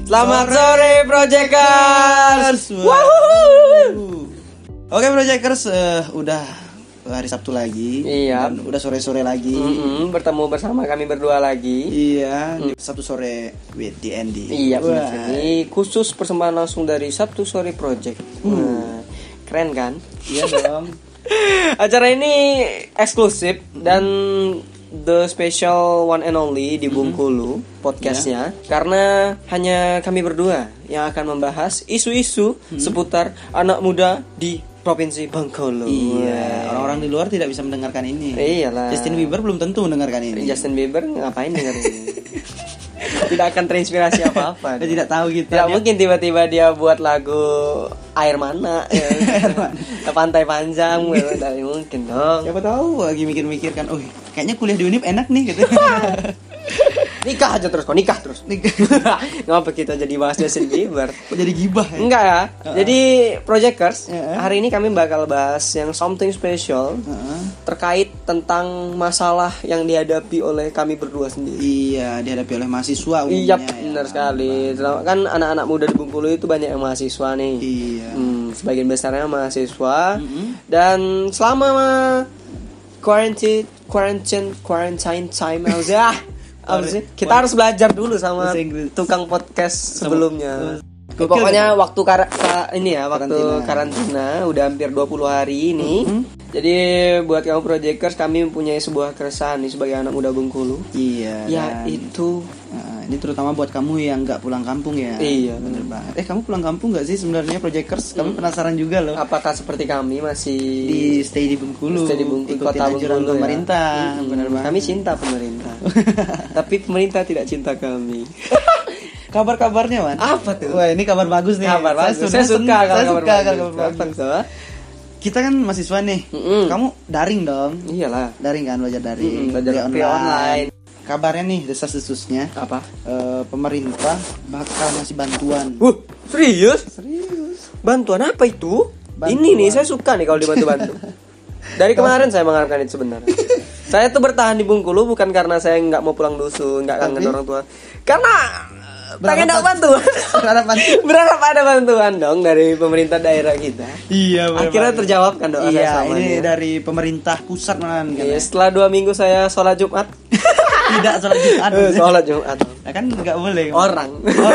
Selamat sore Projecters. Oke Projecters, udah hari Sabtu lagi. Iya. Dan udah sore-sore lagi. Bertemu bersama kami berdua lagi. Iya, di Sabtu sore with DND. Iya, benar. Ini khusus persembahan langsung dari Sabtu Sore Project. Nah, keren kan? Iya dong. Acara ini eksklusif dan the special one and only di Bengkulu podcastnya, karena hanya kami berdua yang akan membahas isu-isu seputar anak muda di Provinsi Bengkulu. Iya, orang-orang di luar tidak bisa mendengarkan ini. Iyalah. Justin Bieber belum tentu mendengarkan ini. Justin Bieber ngapain denger ini? Tidak akan terinspirasi apa-apa. Dia tidak tahu gitu. Tidak mungkin tiba-tiba dia buat lagu air mana ya. Pantai Panjang, tidak mungkin dong. Siapa tahu lagi mikir-mikir kan, oh kayaknya kuliah di Unip enak nih gitu. Nikah aja terus, kok nikah terus. Ngapa kita jadi bahas Justin Bieber? Kok jadi gibah ya? Enggak ya. Jadi Projecters, hari ini kami bakal bahas yang something special terkait tentang masalah yang dihadapi oleh kami berdua sendiri. Iya, dihadapi oleh mahasiswa umumnya. Iya, benar sekali. Kan anak-anak muda di Bengkulu itu banyak yang mahasiswa nih. Iya. Sebagian besarnya mahasiswa. Dan selama quarantine time aja. Apa sih? Kita harus belajar dulu sama tukang podcast sebelumnya. Pokoknya waktu karantina udah hampir 20 hari ini. Jadi buat kamu Projecters, kami mempunyai sebuah keresahan nih sebagai anak muda Bengkulu. Iya. Yaitu ini terutama buat kamu yang nggak pulang kampung ya. Iya, bener banget. Kamu pulang kampung nggak sih sebenarnya Projecters? Kami penasaran juga loh. Apakah seperti kami masih stay di Bengkulu? Stay di Bengkulu, ikutin kota anjuran Bengkulu pemerintah. Ya. Bener banget. Kami cinta pemerintah. Tapi pemerintah tidak cinta kami. Kabar-kabarnya, Man? Apa tuh? Wah, ini kabar bagus nih. Kabar bagus. Saya suka kalau kabar bagus. Kita kan mahasiswa nih. Kamu daring dong. Iyalah. Daring kan, belajar daring. Belajar online. Kabarnya nih, desas-desusnya. Apa? Pemerintah bakal ngasih bantuan. Serius? Serius. Bantuan apa itu? Bantuan. Ini nih, saya suka nih kalau dibantu-bantu. Dari kemarin saya mengharapkan itu sebenarnya. Saya tuh bertahan di Bengkulu bukan karena saya nggak mau pulang dusun, nggak kangen orang tua. Karena pengen dapat bantuan. Berharap ada bantuan dong dari pemerintah daerah kita. Iya. Akhirnya terjawabkan doa saya selama ini dari pemerintah pusat man. Iya, setelah 2 minggu saya sholat Jumat. Tidak sholat Jumat. Sholat Jumat. Nah, kan nggak boleh. Orang.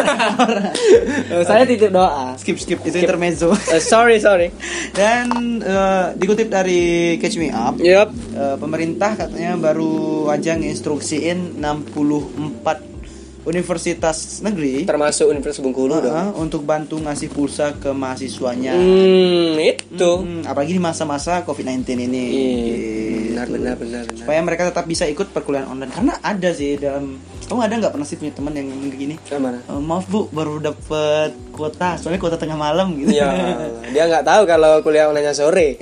Saya titip doa. Skip itu intermezzo. Sorry. Dan dikutip dari Catch Me Up. Yep. Pemerintah katanya baru aja nginstruksiin 64 universitas negeri termasuk Universitas Bengkulu dong untuk bantu ngasih pulsa ke mahasiswanya. Itu. Apalagi di masa-masa COVID-19 ini. Benar. Supaya mereka tetap bisa ikut perkuliahan online. Karena ada sih kamu ada nggak pernah sih punya teman yang ngomong gini? Mana? Maaf Bu, baru dapet kuota, soalnya kuota tengah malam gitu. Iya. Dia nggak tahu kalau kuliah online sore.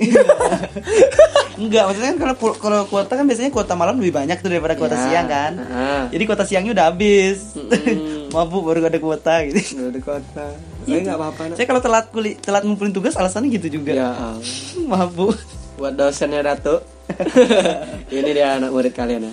Enggak, maksudnya kan kalau kuota kan biasanya kuota malam lebih banyak tuh daripada kuota siang kan. Jadi kuota siangnya udah habis. Maaf Bu, baru ada kuota gitu. Udah ada kuota. Nggak apa-apa. Saya kalau telat ngumpulin tugas alasannya gitu juga. Ya. Maaf Bu. Buat dosennya Ratu. Ini dia anak murid kalian ya.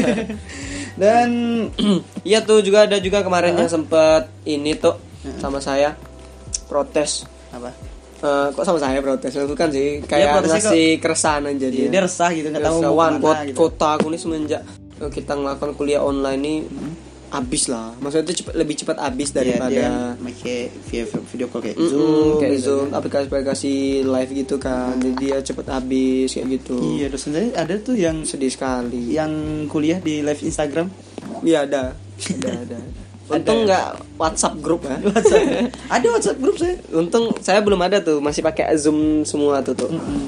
Dan iya tuh ada juga kemarin yang sempet ini tuh sama saya protes. Apa? Kok sama saya protes? Itu kan sih kayak ngasih keresahan aja dia. Dia resah gitu, nggak tahu mau buat gitu. kota aku nih semenjak kita ngelakukan kuliah online nih habis lah. Maksudnya itu lebih cepat habis daripada dia pakai video call kayak Zoom, kayak gitu. Zoom, aplikasi live gitu kan. Jadi dia cepat habis kayak gitu. Iya, dosen saya ada tuh yang sedih sekali. Yang kuliah di live Instagram. Iya ada. Untung nggak WhatsApp grup ya. Ada WhatsApp grup saya. Untung saya belum ada tuh, masih pakai Zoom semua tuh.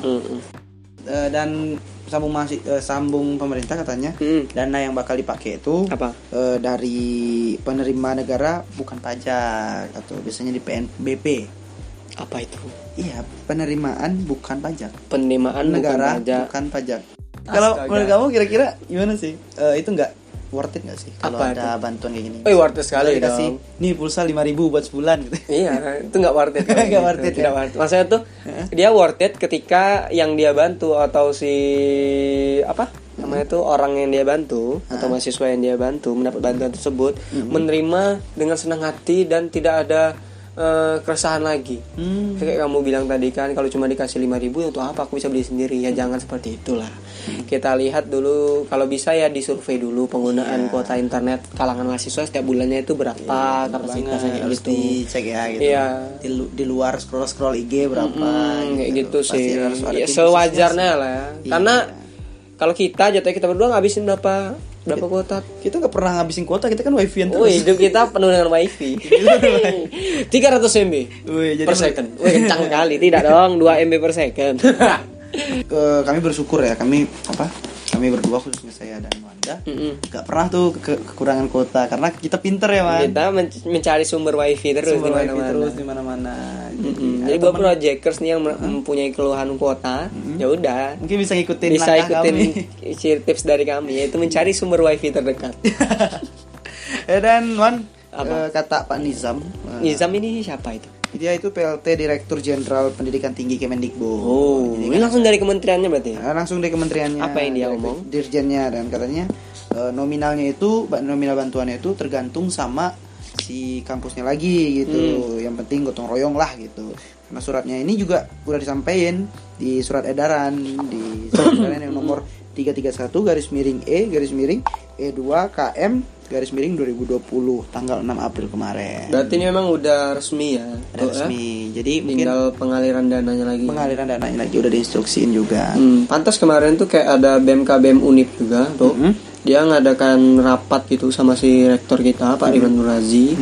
Dan sambung pemerintah katanya dana yang bakal dipakai itu apa? Dari penerima negara bukan pajak atau biasanya di PNBP. Apa itu? Iya, penerimaan bukan pajak. Penerimaan negara bukan pajak. Kalau menurut kamu kira-kira gimana sih? Itu nggak worth it nggak sih kalau ada bantuan kayak gini? Worth it sekali dong. Nih pulsa 5.000 buat sebulan gitu. Iya, itu nggak worth it. Nggak worth it. Tidak worth it. Maksudnya tuh dia worth it ketika yang dia bantu atau si namanya itu orang yang dia bantu atau mahasiswa yang dia bantu mendapat bantuan tersebut menerima dengan senang hati dan tidak ada keresahan lagi. Kayak kamu bilang tadi kan, kalau cuma dikasih 5.000 ya untuk apa, aku bisa beli sendiri. Ya jangan seperti itulah. Kita lihat dulu, kalau bisa ya disurvei dulu penggunaan kuota internet kalangan mahasiswa setiap bulannya itu berapa kapasitasnya, kayak harus gitu. dicek ya gitu. Iya. Di luar scroll IG berapa kayak gitu sih. Ya, tim sewajarnya lah ya. Iya. Karena kalau kita jatuhnya kita berdua ngabisin berapa kuota? Kita nggak pernah ngabisin kuota, kita kan wifi-an terus. Oh, hidup kita penuh dengan wifi. 300 MB Wih, jadi per second. Wih, kencang sekali. Tidak dong, 2 MB per second. Kami bersyukur ya, kami berdua khususnya saya dan Wanda nggak pernah tuh kekurangan kuota karena kita pinter ya, Man. Kita mencari sumber wifi terus di mana-mana. Jadi buat projecters nih yang mempunyai keluhan kuota, ya udah mungkin bisa ikutin tips dari kami, yaitu mencari sumber wifi terdekat. Dan Wan, kata Pak Nizam ini siapa itu? Dia itu PLT Direktur Jenderal Pendidikan Tinggi Kemendikbud. Oh, ini langsung dari kementeriannya berarti? Langsung dari kementeriannya. Apa yang dia omong? Dirjennya, dan katanya nominal bantuannya itu tergantung sama si kampusnya lagi gitu. Yang penting gotong royong lah gitu. Karena suratnya ini juga udah disampaikan di surat edaran yang nomor 331/E2/E2KM/2020 tanggal 6 April kemarin. Berarti ini memang udah resmi ya? Resmi. Jadi tinggal pengaliran dananya lagi udah diinstruksiin juga. Pantas kemarin tuh kayak ada BMK Unip juga tuh. Dia ngadakan rapat gitu sama si rektor kita Pak Riman Nurazi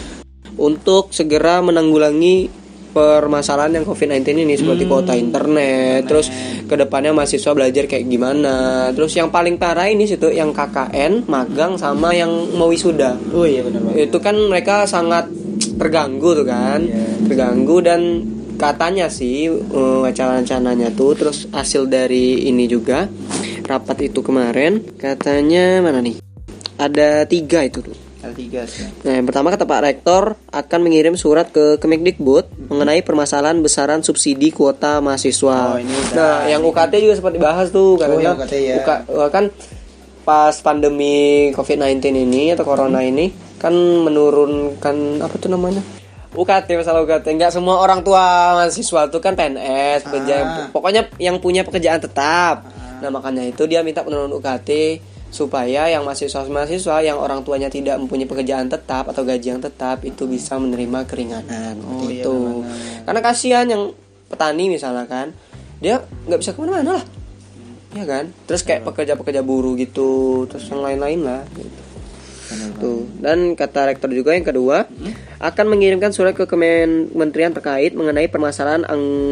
untuk segera menanggulangi permasalahan yang COVID-19 ini seperti kuota internet, terus kedepannya mahasiswa belajar kayak gimana, terus yang paling parah ini situ yang KKN, magang sama yang mau wisuda. Oh iya benar banget. Itu kan mereka sangat terganggu tuh kan, terganggu dan katanya sih wacana-wacananya tuh, terus hasil dari ini juga rapat itu kemarin katanya mana nih? Ada 3 itu tuh. sih. Nah, yang pertama kata Pak Rektor akan mengirim surat ke Kemendikbud mengenai permasalahan besaran subsidi kuota mahasiswa. Yang UKT juga sempat dibahas tuh katanya. UKT ya. Kan pas pandemi COVID-19 ini atau corona ini kan menurunkan apa tuh namanya? Masalah UKT. Enggak semua orang tua mahasiswa tuh kan PNS, pokoknya yang punya pekerjaan tetap. Nah, makanya itu dia minta penurunan UKT supaya yang mahasiswa yang orang tuanya tidak mempunyai pekerjaan tetap atau gaji yang tetap itu bisa menerima keringanan gitu. Karena kasihan yang petani misalnya kan, dia nggak bisa kemana-mana lah, ya kan. Terus kayak pekerja buruh gitu, terus yang lain-lain lah. Gitu. Tuh. Dan kata rektor juga yang kedua akan mengirimkan surat ke kementerian terkait mengenai permasalahan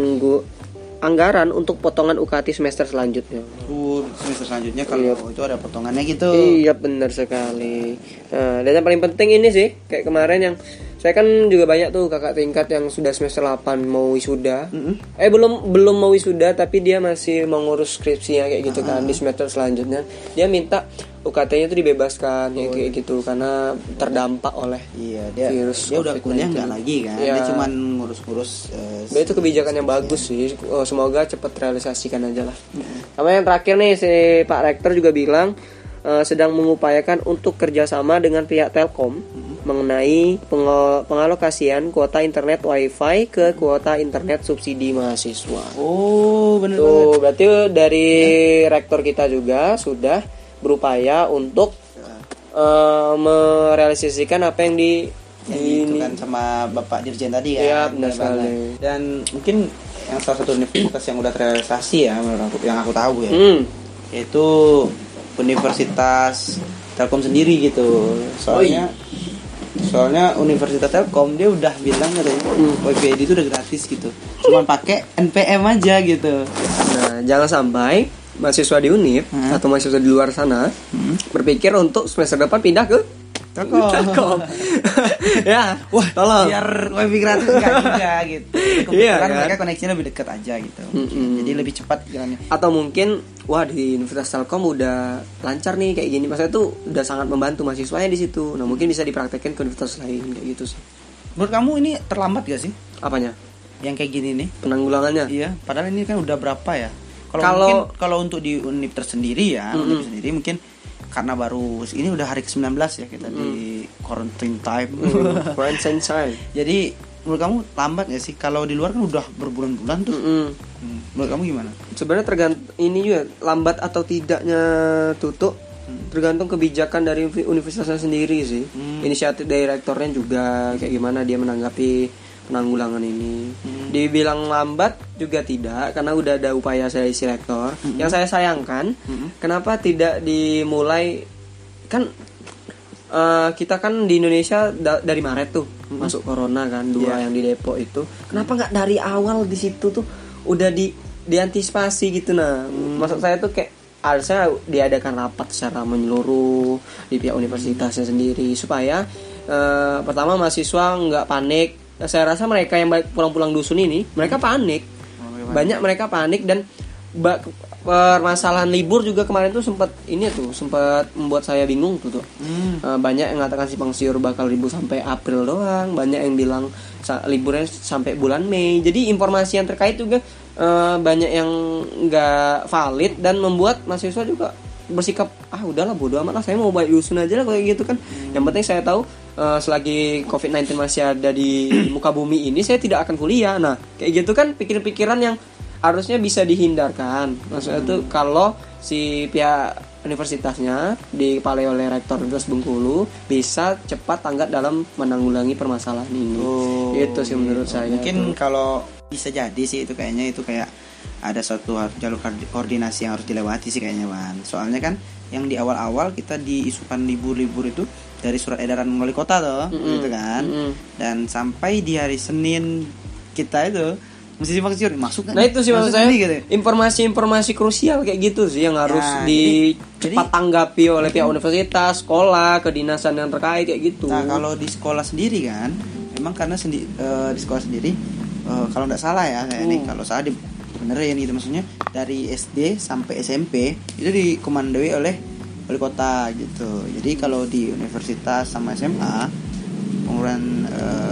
anggaran untuk potongan UKT semester selanjutnya. Semester selanjutnya kalau itu ada potongannya gitu. Iya benar sekali. Nah, dan yang paling penting ini sih kayak kemarin yang saya kan juga banyak tuh kakak tingkat yang sudah semester 8 mau wisuda. Belum mau wisuda tapi dia masih mau ngurus skripsinya kayak gitu kan di semester selanjutnya. Dia minta UKT-nya itu dibebaskan kayak gitu karena terdampak oleh virus. Dia udah kuliah nggak lagi kan? Dia cuma ngurus-ngurus. Itu kebijakan yang bagus sih. Semoga cepat realisasikan aja lah. Sama yang terakhir nih si Pak Rektor juga bilang sedang mengupayakan untuk kerjasama dengan pihak Telkom mengenai pengalokasian kuota internet WiFi ke kuota internet subsidi mahasiswa. Oh benar banget. Berarti dari rektor kita juga sudah berupaya untuk merealisasikan apa yang kan sama Bapak Dirjen tadi kan. Iya benar sekali. Dan mungkin yang salah satu universitas yang udah terrealisasi ya yang aku tahu ya, yaitu Universitas Telkom sendiri gitu. Soalnya Universitas Telkom dia udah bilang katanya WiFi itu udah gratis gitu, cuman pakai NPM aja gitu. Nah jangan sampai mahasiswa di Unip atau mahasiswa di luar sana berpikir untuk semester depan pindah ke Telkom. Ya, wah tolong. Biar wifi gratis enggak juga gitu. Kebetulan mereka koneksinya lebih dekat aja gitu. Jadi lebih cepat jalannya. Atau mungkin di Universitas Telkom udah lancar nih kayak gini. Maksudnya tuh udah sangat membantu mahasiswanya di situ. Nah, mungkin bisa dipraktekkan ke universitas lain kayak gitu sih. Menurut kamu ini terlambat gak sih? Apanya? Yang kayak gini nih penanggulangannya? Iya, padahal ini kan udah berapa ya? Kalau untuk di Unip tersendiri ya, Unip sendiri mungkin karena baru ini udah hari ke-19 ya kita di quarantine time. Quarantine time. Jadi menurut kamu lambat ya sih? Kalau di luar kan udah berbulan-bulan tuh. Menurut kamu gimana? Sebenarnya tergantung ini juga lambat atau tidaknya tutup tergantung kebijakan dari universitasnya sendiri sih. Inisiatif dari rektornya juga kayak gimana dia menanggapi penanggulangan ini. Dibilang lambat juga tidak karena udah ada upaya dari si rektor. Yang saya sayangkan kenapa tidak dimulai kan kita kan di Indonesia dari Maret tuh masuk corona kan 2 yang di Depok itu. Kenapa nggak dari awal di situ tuh udah diantisipasi gitu maksud saya tuh kayak harusnya diadakan rapat secara menyeluruh di pihak universitasnya sendiri supaya pertama mahasiswa nggak panik. Saya rasa mereka yang pulang-pulang dusun ini mereka panik. Banyak mereka panik dan permasalahan libur juga kemarin tuh sempat membuat saya bingung tuh. Banyak yang mengatakan simpang siur bakal libur sampai April doang, banyak yang bilang liburnya sampai bulan Mei. Jadi informasi yang terkait juga banyak yang nggak valid dan membuat mahasiswa juga bersikap udahlah bodo amat lah, saya mau balik dusun aja lah kayak gitu kan. Yang penting saya tahu selagi COVID-19 masih ada di muka bumi ini saya tidak akan kuliah. Nah kayak gitu kan pikiran-pikiran yang harusnya bisa dihindarkan. Maksudnya itu kalau si pihak universitasnya dikepalai oleh Rektor Universitas Bengkulu bisa cepat tanggap dalam menanggulangi permasalahan ini. Itu sih menurut saya. Mungkin kalau bisa jadi sih itu kayaknya itu kayak ada suatu jalur koordinasi yang harus dilewati sih kayaknya Wan. Soalnya kan yang di awal-awal kita diisukan libur-libur itu dari surat edaran wali kota tuh, gitu kan. Dan sampai di hari Senin kita itu mesti simpang siur masuk kan. Nah itu sih maksud saya gitu. Informasi-informasi krusial kayak gitu sih yang harus cepat tanggapi oleh pihak universitas, sekolah, kedinasan yang terkait kayak gitu. Nah kalau di sekolah sendiri kan, memang karena di sekolah sendiri kalau nggak salah ya kayak nih, kalau salah dibenerin gitu, maksudnya dari SD sampai SMP itu dikomandoi oleh wali kota gitu. Jadi kalau di universitas sama SMA pengurusan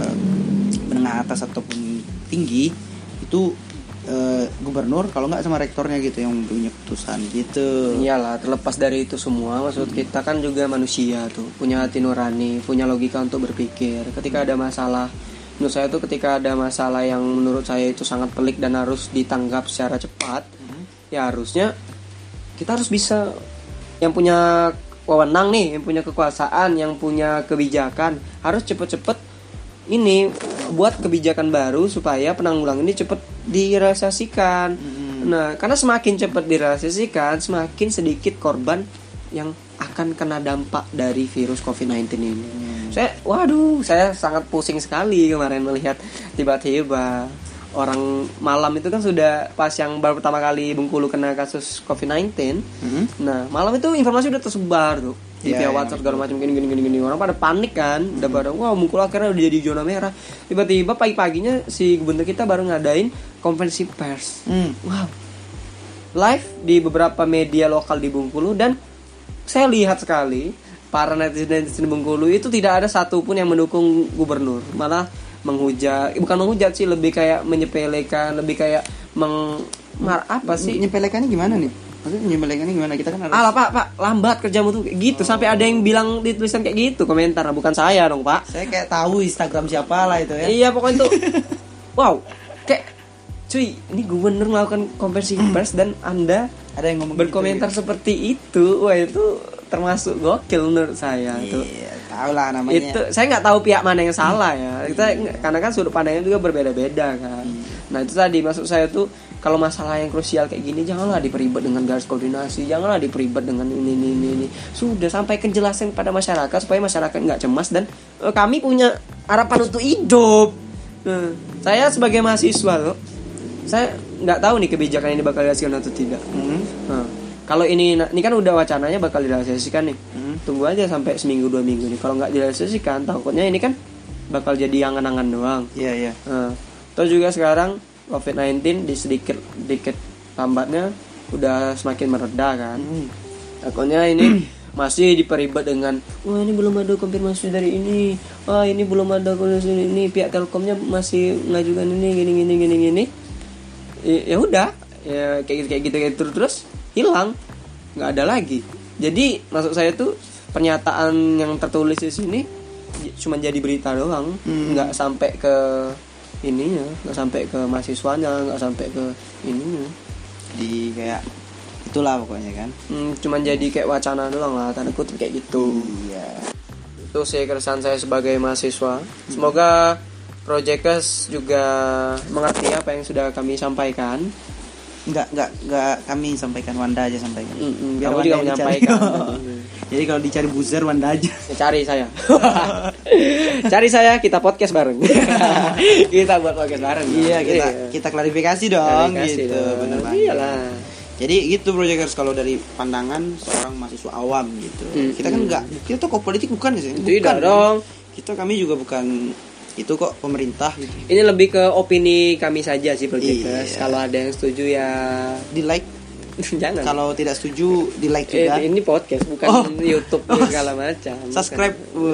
menengah atas ataupun tinggi itu gubernur, kalau nggak sama rektornya gitu yang punya keputusan gitu. Iyalah, terlepas dari itu semua maksud kita kan juga manusia tuh, punya hati nurani, punya logika untuk berpikir. Ketika ada masalah, menurut saya tuh ketika ada masalah yang menurut saya itu sangat pelik dan harus ditanggap secara cepat, ya harusnya kita harus bisa, yang punya wewenang nih, yang punya kekuasaan, yang punya kebijakan harus cepet-cepet ini buat kebijakan baru supaya penanggulangan ini cepat direalisasikan. Nah, karena semakin cepat direalisasikan, semakin sedikit korban yang akan kena dampak dari virus COVID-19 ini. Saya sangat pusing sekali kemarin melihat tiba-tiba orang malam itu kan sudah pas yang baru pertama kali Bengkulu kena kasus COVID-19. Nah, malam itu informasi udah tersebar tuh di via WhatsApp segala macam gini, orang pada panik kan, udah pada Bengkulu akhirnya udah jadi zona merah. Tiba-tiba pagi-paginya si gubernur kita baru ngadain konferensi pers. Live di beberapa media lokal di Bengkulu, dan saya lihat sekali para netizen Bengkulu itu tidak ada satupun yang mendukung gubernur, malah bukan menghujat sih, lebih kayak menyepelekan, lebih kayak menyepelekannya gimana nih? Maksudnya menyepelekannya gimana? Kita kan harus Pak, lambat kerjamu tuh gitu. Sampai ada yang bilang di tulisan kayak gitu, komentar. Nah, bukan saya dong, Pak. Saya kayak tahu Instagram siapa lah itu ya. Iya, pokoknya tuh kayak cuy, ini gubernur melakukan konferensi pers dan Anda ada yang ngomong berkomentar gitu. Seperti itu. Wah, itu termasuk gokil menurut saya tuh. Iya, tahu lah namanya. Itu saya nggak tahu pihak mana yang salah ya. Karena kan sudut pandangnya juga berbeda-beda kan. Nah, itu tadi maksud saya tuh, kalau masalah yang krusial kayak gini janganlah diperibet dengan garis koordinasi, janganlah diperibet dengan ini. Sudah sampaikan jelasin pada masyarakat supaya masyarakat nggak cemas dan kami punya harapan untuk hidup. Nah, saya sebagai mahasiswa loh, saya nggak tahu nih kebijakan ini bakal dihasilkan atau tidak. Nah, kalau ini kan udah wacananya bakal direalisasikan nih. Tunggu aja sampai seminggu 2 minggu nih. Kalau nggak direalisasikan, takutnya ini kan bakal jadi angan-angan doang. Iya. Nah, terus juga sekarang COVID-19 di sedikit lambatnya udah semakin mereda kan. Takutnya ini masih diperibet dengan ini belum ada konfirmasi dari ini. Ini belum ada konfirmasi ini, pihak Telkomnya masih ngajukan ini gini. Ya udah, ya kayak gitu terus hilang, nggak ada lagi. Jadi maksud saya tuh pernyataan yang tertulis di sini cuma jadi berita doang, nggak sampai ke ininya, nggak sampai ke mahasiswanya, nggak sampai ke ininya. Di kayak itulah pokoknya kan. Cuman jadi kayak wacana doang lah, tanda kutip kayak gitu. Iya. Itu sih keresahan saya sebagai mahasiswa. Semoga Projecters juga mengerti apa yang sudah kami sampaikan. Enggak kami sampaikan, Wanda aja sampaikan. Kamu juga menyampaikan. Jadi kalau dicari buzzer, Wanda aja. Cari saya. Cari saya, kita podcast bareng. Kita buat podcast bareng. Iya, kita klarifikasi dong gitu. Benar banget. Iyalah. Jadi gitu Projecters kalau dari pandangan seorang mahasiswa awam gitu. Kita kan kita tokoh politik bukan sih? Tidak dong. Kami juga bukan itu kok, pemerintah gitu. Ini lebih ke opini kami saja sih Projecters. Iya. Kalau ada yang setuju ya Di like. jangan. Kalau tidak setuju di like juga. Ini podcast bukan YouTube segala macam. Subscribe.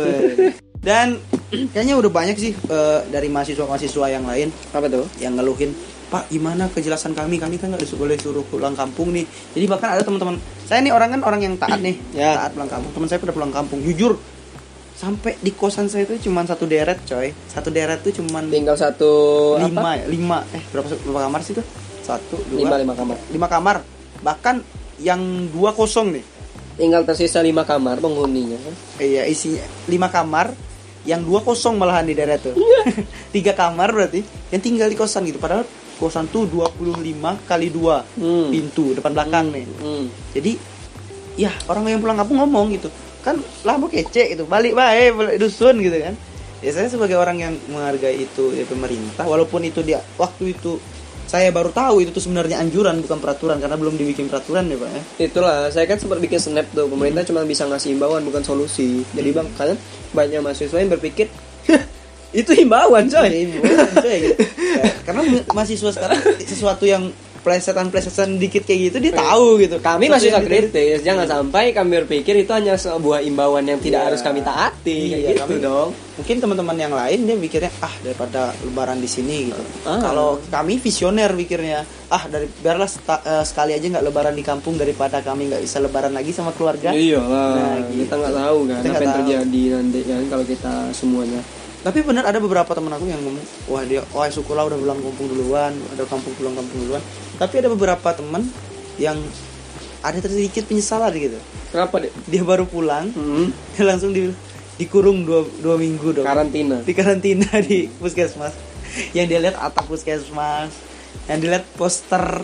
Dan kayaknya udah banyak sih dari mahasiswa yang lain. Apa tuh? Yang ngeluhin, Pak gimana kejelasan kami kan nggak boleh suruh pulang kampung nih. Jadi bahkan ada teman-teman saya nih, orang yang taat nih, taat pulang kampung. Teman saya pada pulang kampung, jujur sampai di kosan saya itu cuma satu deret coy. Satu deret tuh cuma Tinggal satu lima berapa kamar sih tuh? 1, 2, 5 kamar. 5 kamar. Bahkan yang 2 kosong nih. Tinggal tersisa 5 kamar penghuninya. Iya, isinya 5 kamar, yang 2 kosong malahan di daerah tuh. 3 kamar berarti yang tinggal di kosan gitu. Padahal kosan tuh 25 kali 2 pintu depan belakang nih. Jadi ya orang yang pulang kampung ngomong gitu. Kan lah mau kece gitu. Balik dusun gitu kan. Ya saya sebagai orang yang menghargai itu ya pemerintah, walaupun itu dia waktu itu saya baru tahu itu tuh sebenarnya anjuran bukan peraturan karena belum dibikin peraturan ya Pak ya. Itulah, saya kan sempat bikin snap tuh. Pemerintah cuma bisa ngasih himbauan bukan solusi. Jadi bang, kalian banyak mahasiswa yang berpikir itu himbauan coy. Gitu. Karena mahasiswa sekarang sesuatu yang plesetan dikit kayak gitu dia tahu gitu. Kami mahasiswa kritis, jangan sampai kami berpikir itu hanya sebuah himbauan yang tidak harus kami taati. Gitu kami, dong. Mungkin teman-teman yang lain dia pikirnya daripada lebaran di sini gitu. Kalau kami visioner pikirnya biarlah sekali aja nggak lebaran di kampung daripada kami nggak bisa lebaran lagi sama keluarga. Iyalah, gitu. kita nggak tahu kan apa yang terjadi nanti kan kalau kita semuanya. Tapi benar ada beberapa teman aku yang ngomong, syukurlah udah pulang kampung duluan, pulang kampung duluan. Tapi ada beberapa teman yang ada sedikit penyesalan gitu. Kenapa deh? Dia baru pulang, dia langsung dikurung 2 minggu dong. Karantina. Di karantina di puskesmas. Yang dia lihat atap puskesmas, yang dilihat poster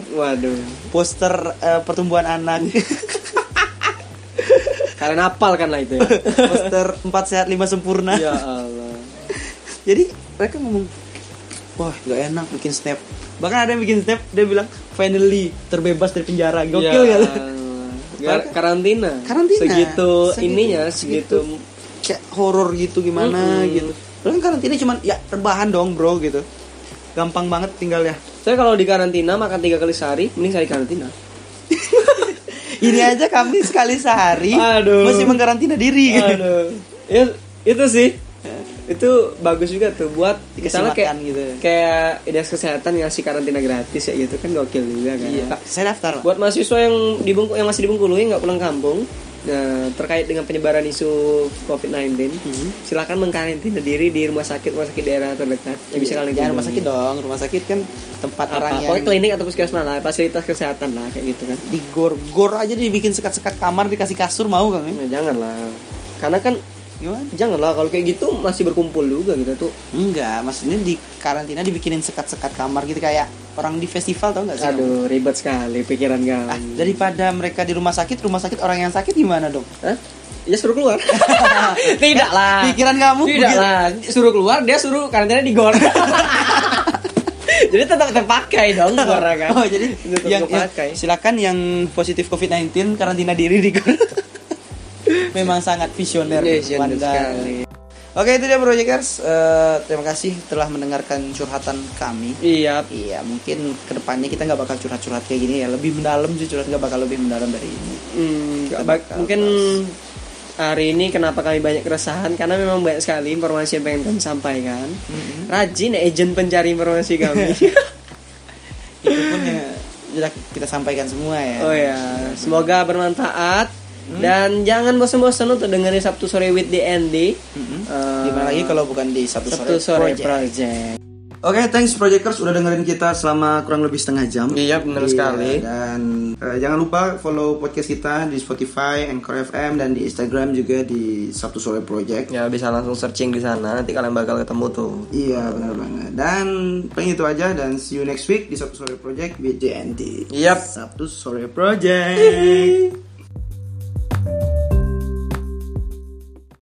pertumbuhan anak. Kalian hafal kan lah itu ya. Poster 4 sehat 5 sempurna. Ya Allah. Jadi mereka ngomong, wah gak enak bikin snap. Bahkan ada yang bikin snap, dia bilang finally terbebas dari penjara. Gokil gak? Karantina. Segitu ininya, segitu kayak horor gitu gimana gitu. Padahal karantina cuman ya rebahan dong bro gitu. Gampang banget tinggal ya. Saya kalau di karantina makan 3 kali sehari, mending saya di karantina. Ini aja kami sekali sehari masih mengkarantina diri gitu. Ya, itu sih. Itu bagus juga tuh buat misalnya kayak gitu. Kayak dinas kesehatan ngasih karantina gratis ya gitu kan, gokil juga kan. Iya. Saya daftar. Buat mahasiswa yang masih di Bengkulu yang nggak pulang kampung, terkait dengan penyebaran isu COVID-19, silakan mengkarantina diri di rumah sakit daerah terdekat. Yang bisa kalian jangan rumah sakit dong. Rumah sakit kan tempat orang yang pokoknya klinik atau puskesmas lah, fasilitas kesehatan lah kayak gitu kan. Di gor aja dibikin sekat-sekat kamar, dikasih kasur mau kan? Jangan lah. Karena kan gimana? Janganlah kalau kayak gitu masih berkumpul juga gitu tuh. Enggak, maksudnya di karantina dibikinin sekat-sekat kamar gitu kayak orang di festival, tau nggak sih? Aduh, ribet sekali pikiran kamu. Daripada mereka di rumah sakit orang yang sakit gimana dong? Ya suruh keluar. Tidak lah. Pikiran kamu? Tidak lah. Suruh keluar, dia suruh karantina di gor. Jadi tetap terpakai dong gor kan. Oh, jadi yang silakan yang positif COVID-19 karantina diri di gor. Memang sangat visioner sekali. Oke, itu dia Projecters. Terima kasih telah mendengarkan curhatan kami. Iya, mungkin kedepannya kita nggak bakal curhat-curhat kayak gini ya. Lebih mendalam sih, nggak bakal lebih mendalam dari ini. Mungkin hari ini kenapa kami banyak keresahan karena memang banyak sekali informasi yang pengen kami sampaikan. Rajin agent pencari informasi kami. Itu pun ya sudah kita sampaikan semua ya. Oh ya, semoga bermanfaat dan jangan bosan-bosan untuk dengerin Sabtu Sore with DND. Dimana lagi kalau bukan di Sabtu Sore Project. Oke, thanks Projectors udah dengerin kita selama kurang lebih setengah jam. Iya, benar sekali. Dan jangan lupa follow podcast kita di Spotify, Anchor FM, dan di Instagram juga di Sabtu Sore Project. Ya, bisa langsung searching di sana, nanti kalian bakal ketemu tuh. Iya, benar banget. Dan paling itu aja, dan see you next week di Sabtu Sore Project with JNT. Yap. Sabtu Sore Project.